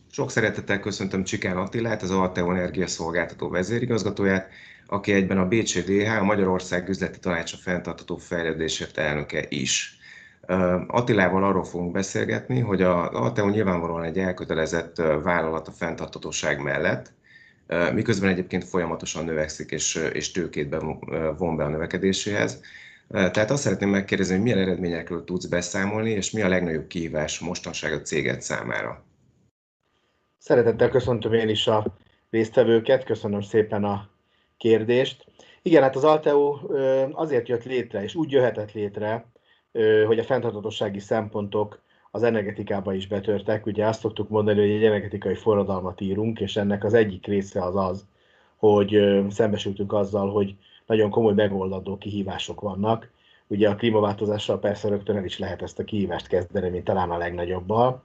Sok szeretettel köszöntöm Csikán Attilát, az Alteo Energia Szolgáltató vezérigazgatóját, aki egyben a BCDH, a Magyarország Üzleti Tanácsa fenntartható fejlődésért elnöke is. Attilával arról fogunk beszélgetni, hogy az Alteo nyilvánvalóan egy elkötelezett vállalat a fenntarthatóság mellett, miközben egyébként folyamatosan növekszik és tőkét von be a növekedéséhez. Tehát azt szeretném megkérdezni, hogy milyen eredményekről tudsz beszámolni, és mi a legnagyobb kihívás mostanság a céged számára. Szeretettel köszöntöm én is a résztvevőket, köszönöm szépen a kérdést. Igen, hát az Alteo azért jött létre, és úgy jöhetett létre, hogy a fenntarthatósági szempontok az energetikában is betörtek. Ugye azt szoktuk mondani, hogy egy energetikai forradalmat írunk, és ennek az egyik része az, hogy szembesültünk azzal, hogy nagyon komoly megoldandó kihívások vannak. Ugye a klímaváltozással persze rögtön el is lehet ezt a kihívást kezdeni, mint talán a legnagyobbal.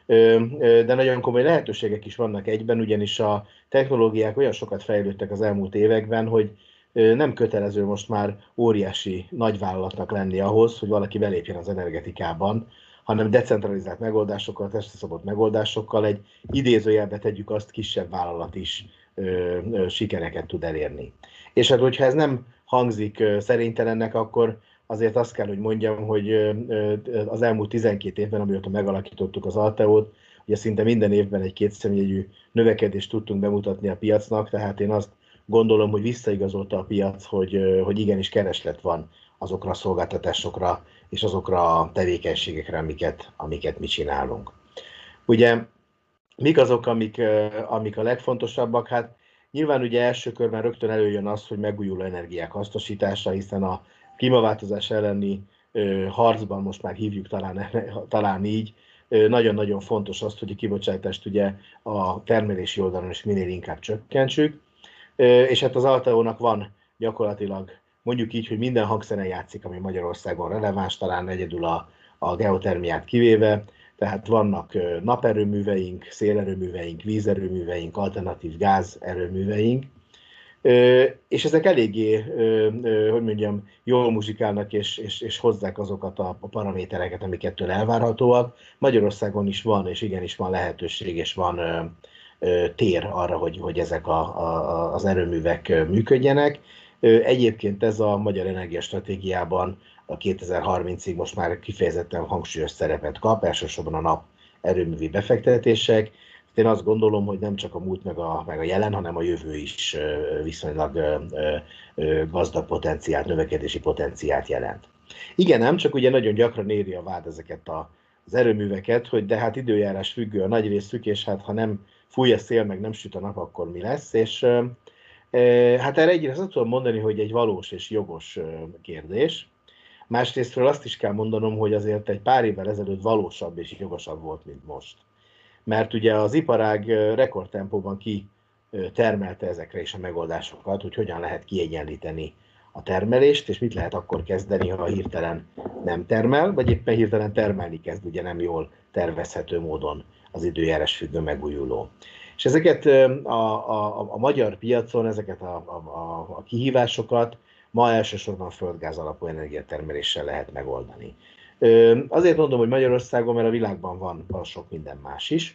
De nagyon komoly lehetőségek is vannak egyben, ugyanis a technológiák olyan sokat fejlődtek az elmúlt években, hogy nem kötelező most már óriási nagyvállalatnak lenni ahhoz, hogy valaki belépjen az energetikában, hanem decentralizált megoldásokkal, testre szabott megoldásokkal egy idézőjelbe tegyük azt, kisebb vállalat is sikereket tud elérni. És hát, hogyha ez nem hangzik szerénytelennek, akkor azért azt kell, hogy mondjam, hogy az elmúlt 12 évben, amióta megalakítottuk az Alteót, ugye szinte minden évben egy kétszemjegyű növekedést tudtunk bemutatni a piacnak, tehát én azt gondolom, hogy visszaigazolta a piac, hogy igenis kereslet van azokra a szolgáltatásokra és azokra a tevékenységekre, amiket mi csinálunk. Ugye mik azok, amik a legfontosabbak? Hát nyilván ugye első körben rögtön előjön az, hogy megújuló energiák hasznosítása, hiszen a klímaváltozás elleni harcban, most már hívjuk talán így, nagyon-nagyon fontos az, hogy a kibocsátást ugye a termelési oldalon is minél inkább csökkentsük, és hát az Alteónak van gyakorlatilag, mondjuk így, hogy minden hangszeren játszik, ami Magyarországon releváns, talán egyedül a geotermiát kivéve, tehát vannak naperőműveink, szélerőműveink, vízerőműveink, alternatív gázerőműveink, és ezek eléggé, hogy mondjam, jól muzsikálnak és hozzák azokat a paramétereket, amikettől elvárhatóak. Magyarországon is van, és igenis van lehetőség, és van tér arra, hogy ezek az erőművek működjenek. Egyébként ez a Magyar Energiastratégiában a 2030-ig most már kifejezetten hangsúlyos szerepet kap, elsősorban a nap erőművi befektetések. Én azt gondolom, hogy nem csak a múlt meg a jelen, hanem a jövő is viszonylag gazdag potenciált, növekedési potenciált jelent. Igen, nem csak ugye nagyon gyakran éri a vád ezeket az erőműveket, hogy de hát időjárás függő, a nagy rész szűk, és hát ha nem fúj a szél, meg nem süt a nap, akkor mi lesz? És hát erre egyrészt azt tudom mondani, hogy egy valós és jogos kérdés. Másrésztről azt is kell mondanom, hogy azért egy pár évvel ezelőtt valósabb és jogosabb volt, mint most. Mert ugye az iparág rekordtempóban kitermelte ezekre is a megoldásokat, hogy hogyan lehet kiegyenlíteni a termelést, és mit lehet akkor kezdeni, ha hirtelen nem termel, vagy éppen hirtelen termelni kezd, ugye nem jól tervezhető módon az időjárás függő megújuló. És ezeket a magyar piacon, ezeket a kihívásokat ma elsősorban földgáz alapú energiatermeléssel lehet megoldani. Azért mondom, hogy Magyarországon, mert a világban van sok minden más is.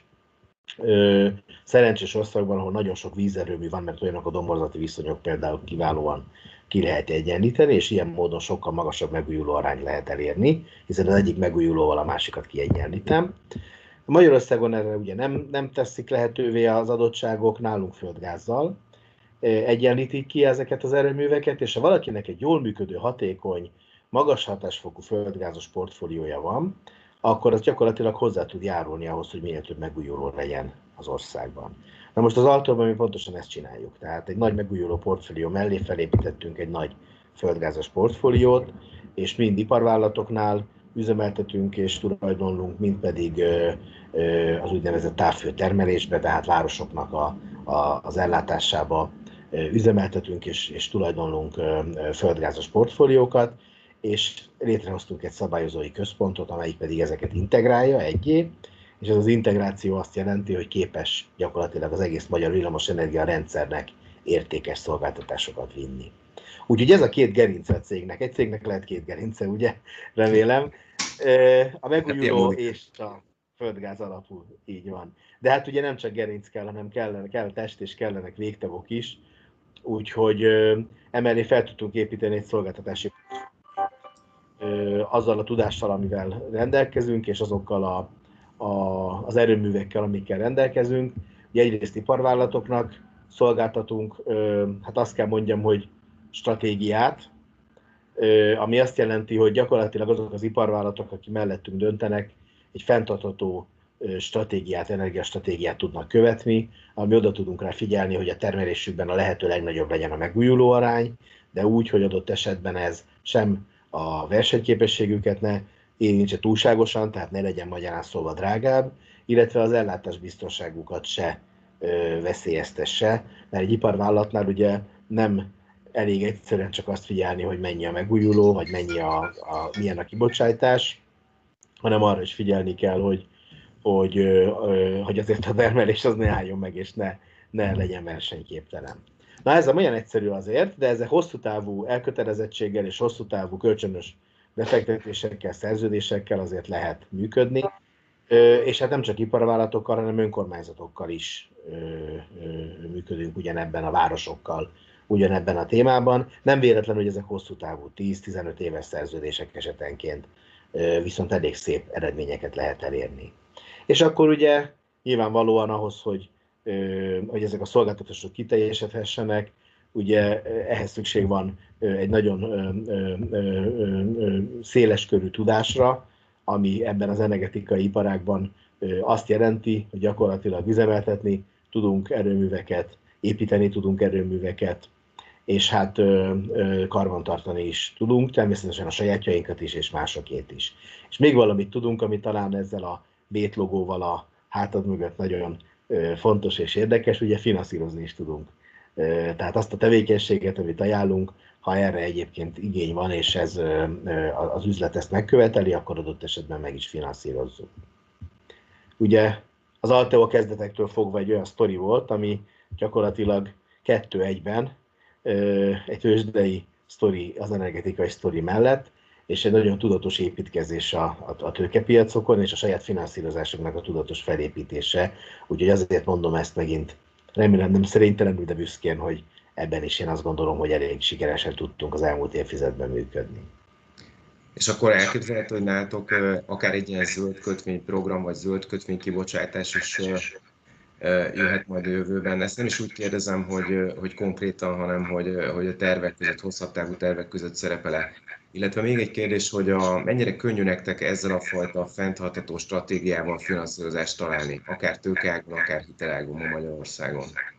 Szerencsés országban, ahol nagyon sok vízerőmű van, mert olyanok a domborzati viszonyok például kiválóan ki lehet egyenlíteni, és ilyen módon sokkal magasabb megújuló arány lehet elérni, hiszen az egyik megújulóval a másikat kiegyenlítem. Magyarországon erre ugye nem teszik lehetővé az adottságok, nálunk földgázzal egyenlítik ki ezeket az erőműveket, és ha valakinek egy jól működő, hatékony, magas hatásfokú földgázos portfóliója van, akkor az gyakorlatilag hozzá tud járulni ahhoz, hogy minél több megújuló legyen az országban. Na most az Alteóban mi pontosan ezt csináljuk. Tehát egy nagy megújuló portfólió mellé felépítettünk egy nagy földgázos portfóliót, és mind iparvállalatoknál üzemeltetünk és tulajdonlunk, mind pedig az úgynevezett távfőtermelésbe, tehát városoknak az ellátásába üzemeltetünk és tulajdonlunk földgázos portfóliókat, és létrehoztunk egy szabályozói központot, amelyik pedig ezeket integrálja egyé, és ez az integráció azt jelenti, hogy képes gyakorlatilag az egész magyar villamosenergia rendszernek értékes szolgáltatásokat vinni. Úgyhogy ez a két gerince a cégnek. Egy cégnek lehet két gerince, ugye? Remélem. A megújuló és Földgáz alapú, így van. De hát ugye nem csak gerinc kell, hanem kell test és kellenek végtagok is, úgyhogy emellé fel tudtunk építeni egy szolgáltatási azzal a tudással, amivel rendelkezünk, és azokkal az erőművekkel, amikkel rendelkezünk. Ugye egyrészt iparvállalatoknak szolgáltatunk, hát azt kell mondjam, hogy stratégiát, ami azt jelenti, hogy gyakorlatilag azok az iparvállalatok, akik mellettünk döntenek, egy fenntartható stratégiát, energiastratégiát tudnak követni, ami oda tudunk rá figyelni, hogy a termelésükben a lehető legnagyobb legyen a megújuló arány, de úgy, hogy adott esetben ez sem a versenyképességüket ne érintse túlságosan, tehát ne legyen magyarán szólva drágább, illetve az ellátás biztonságukat se veszélyeztesse, mert egy iparvállalatnál ugye nem elég egyszerűen csak azt figyelni, hogy mennyi a megújuló, vagy milyen a kibocsátás, hanem arra is figyelni kell, hogy azért a termelés az ne álljon meg, és ne legyen versenyképtelen. Na ez olyan egyszerű azért, de ezek hosszú távú elkötelezettséggel és hosszú távú kölcsönös befektetésekkel, szerződésekkel azért lehet működni, és hát nem csak iparvállalatokkal, hanem önkormányzatokkal is működünk ugyanebben, a városokkal ugyanebben a témában. Nem véletlen, hogy ezek hosszú távú, 10-15 éves szerződések esetenként viszont elég szép eredményeket lehet elérni. És akkor ugye nyilvánvalóan ahhoz, hogy ezek a szolgáltatások kiteljesedhessenek, ugye ehhez szükség van egy nagyon széleskörű tudásra, ami ebben az energetikai iparágban azt jelenti, hogy gyakorlatilag üzemeltetni tudunk erőműveket, építeni tudunk erőműveket, és hát karbantartani is tudunk, természetesen a sajátjainkat is, és másokét is. És még valamit tudunk, ami talán ezzel a BÉT logóval a hátad mögött nagyon fontos és érdekes, ugye finanszírozni is tudunk. Tehát azt a tevékenységet, amit ajánlunk, ha erre egyébként igény van, és ez az üzlet ezt megköveteli, akkor adott esetben meg is finanszírozzuk. Ugye az Alteo kezdetektől fogva egy olyan sztori volt, ami gyakorlatilag 2-1-ben egy tőzsdei sztori az energetikai sztori mellett, és egy nagyon tudatos építkezés a tőkepiacokon, és a saját finanszírozásoknak a tudatos felépítése. Úgyhogy azért mondom ezt megint, remélem nem szerénytelenül, de büszkén, hogy ebben is én azt gondolom, hogy elég sikeresen tudtunk az elmúlt évtizedben működni. És akkor elképzelhető, hogy nálatok akár egy ilyen zöld kötvényprogram, vagy zöld kötvénykibocsátás is jöhet majd a jövőben. Ezt nem is úgy kérdezem, hogy konkrétan, hanem hogy a tervek között, hosszabb távú tervek között szerepel-e. Illetve még egy kérdés, hogy mennyire könnyű nektek ezzel a fajta fenntartható stratégiával finanszírozást találni, akár tőkeágon, akár hitelágon ma Magyarországon.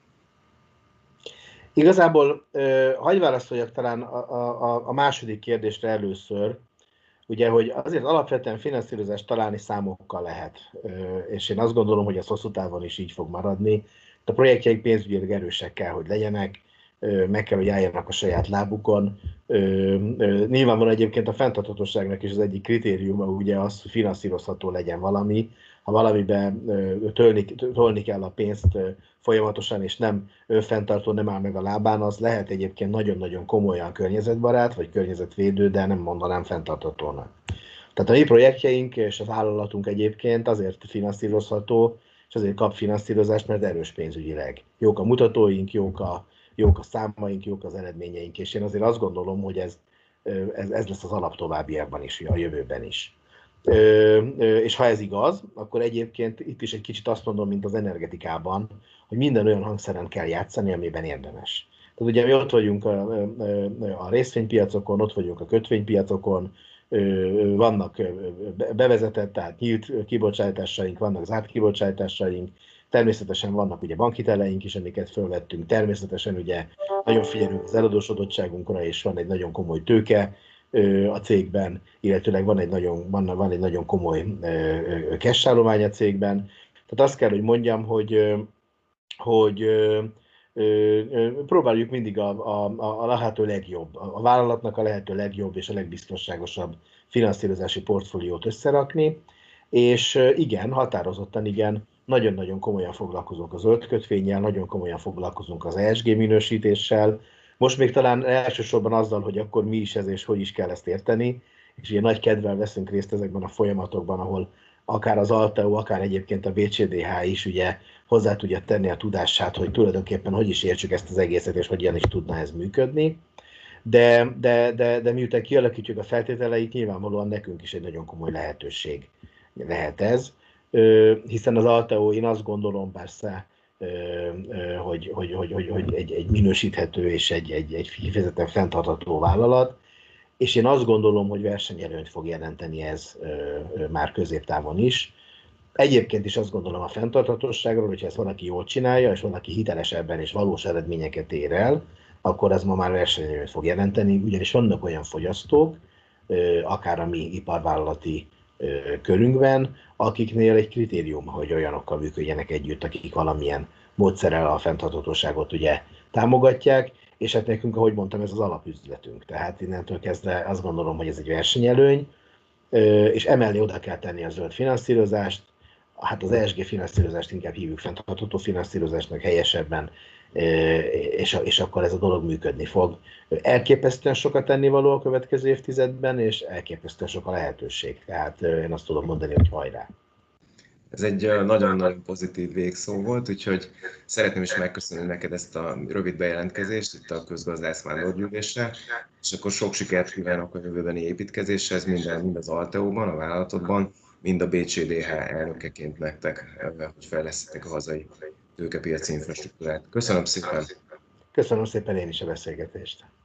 Igazából hagyj válaszoljak talán a második kérdésre először, ugye, hogy azért alapvetően finanszírozást találni számokkal lehet, és én azt gondolom, hogy ez hosszú távon is így fog maradni. A projektjeik pénzügyileg erősek kell, hogy legyenek, meg kell, hogy álljanak a saját lábukon. Nyilvánvalóan egyébként a fenntarthatóságnak is az egyik kritériuma ugye az, hogy finanszírozható legyen valami. Ha valamiben tolni kell a pénzt folyamatosan, és nem önfenntartó, nem áll meg a lábán, az lehet egyébként nagyon-nagyon komolyan környezetbarát, vagy környezetvédő, de nem mondanám fenntarthatónak. Tehát a mi projektjeink és a vállalatunk egyébként azért finanszírozható, és azért kap finanszírozást, mert erős pénzügyileg. Jók a mutatóink, jók a számaink, jók az eredményeink, és én azért azt gondolom, hogy ez lesz az alap továbbiakban is, a jövőben is. És ha ez igaz, akkor egyébként itt is egy kicsit azt mondom, mint az energetikában, hogy minden olyan hangszeren kell játszani, amiben érdemes. Tehát ugye mi ott vagyunk a részvénypiacokon, ott vagyunk a kötvénypiacokon, vannak bevezetett, tehát nyílt kibocsátásaink, vannak zárt kibocsátásaink, természetesen vannak ugye bankhiteleink is, amiket fölvettünk, természetesen ugye nagyon figyelünk az eladósodottságunkra, és van egy nagyon komoly tőke a cégben, illetőleg van egy nagyon komoly cash állomány a cégben. Tehát azt kell, hogy mondjam, hogy próbáljuk mindig a lehető legjobb, a vállalatnak a lehető legjobb és a legbiztonságosabb finanszírozási portfóliót összerakni, és igen, határozottan igen, nagyon-nagyon komolyan foglalkozunk a zöld kötvényel, nagyon komolyan foglalkozunk az ESG minősítéssel, most még talán elsősorban azzal, hogy akkor mi is ez és hogy is kell ezt érteni, és ugye nagy kedvel veszünk részt ezekben a folyamatokban, ahol akár az Alteo, akár egyébként a BCDH is ugye hozzá tudja tenni a tudását, hogy tulajdonképpen hogy is értsük ezt az egészet, és hogyan is tudna ez működni. De miután kialakítjuk a feltételeit, nyilvánvalóan nekünk is egy nagyon komoly lehetőség lehet ez, hiszen az Alteo, én azt gondolom persze, hogy egy minősíthető és egy kifejezetten fenntartható vállalat, és én azt gondolom, hogy versenyelőnyt fog jelenteni ez már középtávon is. Egyébként is azt gondolom a fenntarthatóságról, hogyha ezt valaki jól csinálja, és valaki hitelesebben és valós eredményeket ér el, akkor ez ma már versenyelőnyt fog jelenteni, ugyanis vannak olyan fogyasztók, akár a mi iparvállalati körünkben, akiknél egy kritérium, hogy olyanokkal működjenek együtt, akik valamilyen módszerrel a fenntarthatóságot ugye támogatják, és hát nekünk, ahogy mondtam, ez az alapüzletünk. Tehát innentől kezdve azt gondolom, hogy ez egy versenyelőny, és emellé oda kell tenni a zöld finanszírozást, hát az ESG finanszírozást inkább hívjuk fenntartható finanszírozásnak helyesebben, és akkor ez a dolog működni fog. Elképesztően sokat tennivaló a következő évtizedben, és elképesztően sok a lehetőség. Tehát én azt tudom mondani, hogy hajrá! Ez egy nagyon-nagyon pozitív végszó volt, úgyhogy szeretném is megköszönni neked ezt a rövid bejelentkezést itt a Közgazdász Vándorgyűlésre, és akkor sok sikert kívánok a jövőbeni építkezéshez, mind az Alteo-ban, a vállalatodban, mind a BCDH elnökeként nektek, hogy fejlesztetek a hazai tőkepiaci infrastruktúrát. Köszönöm szépen! Köszönöm szépen én is a beszélgetést!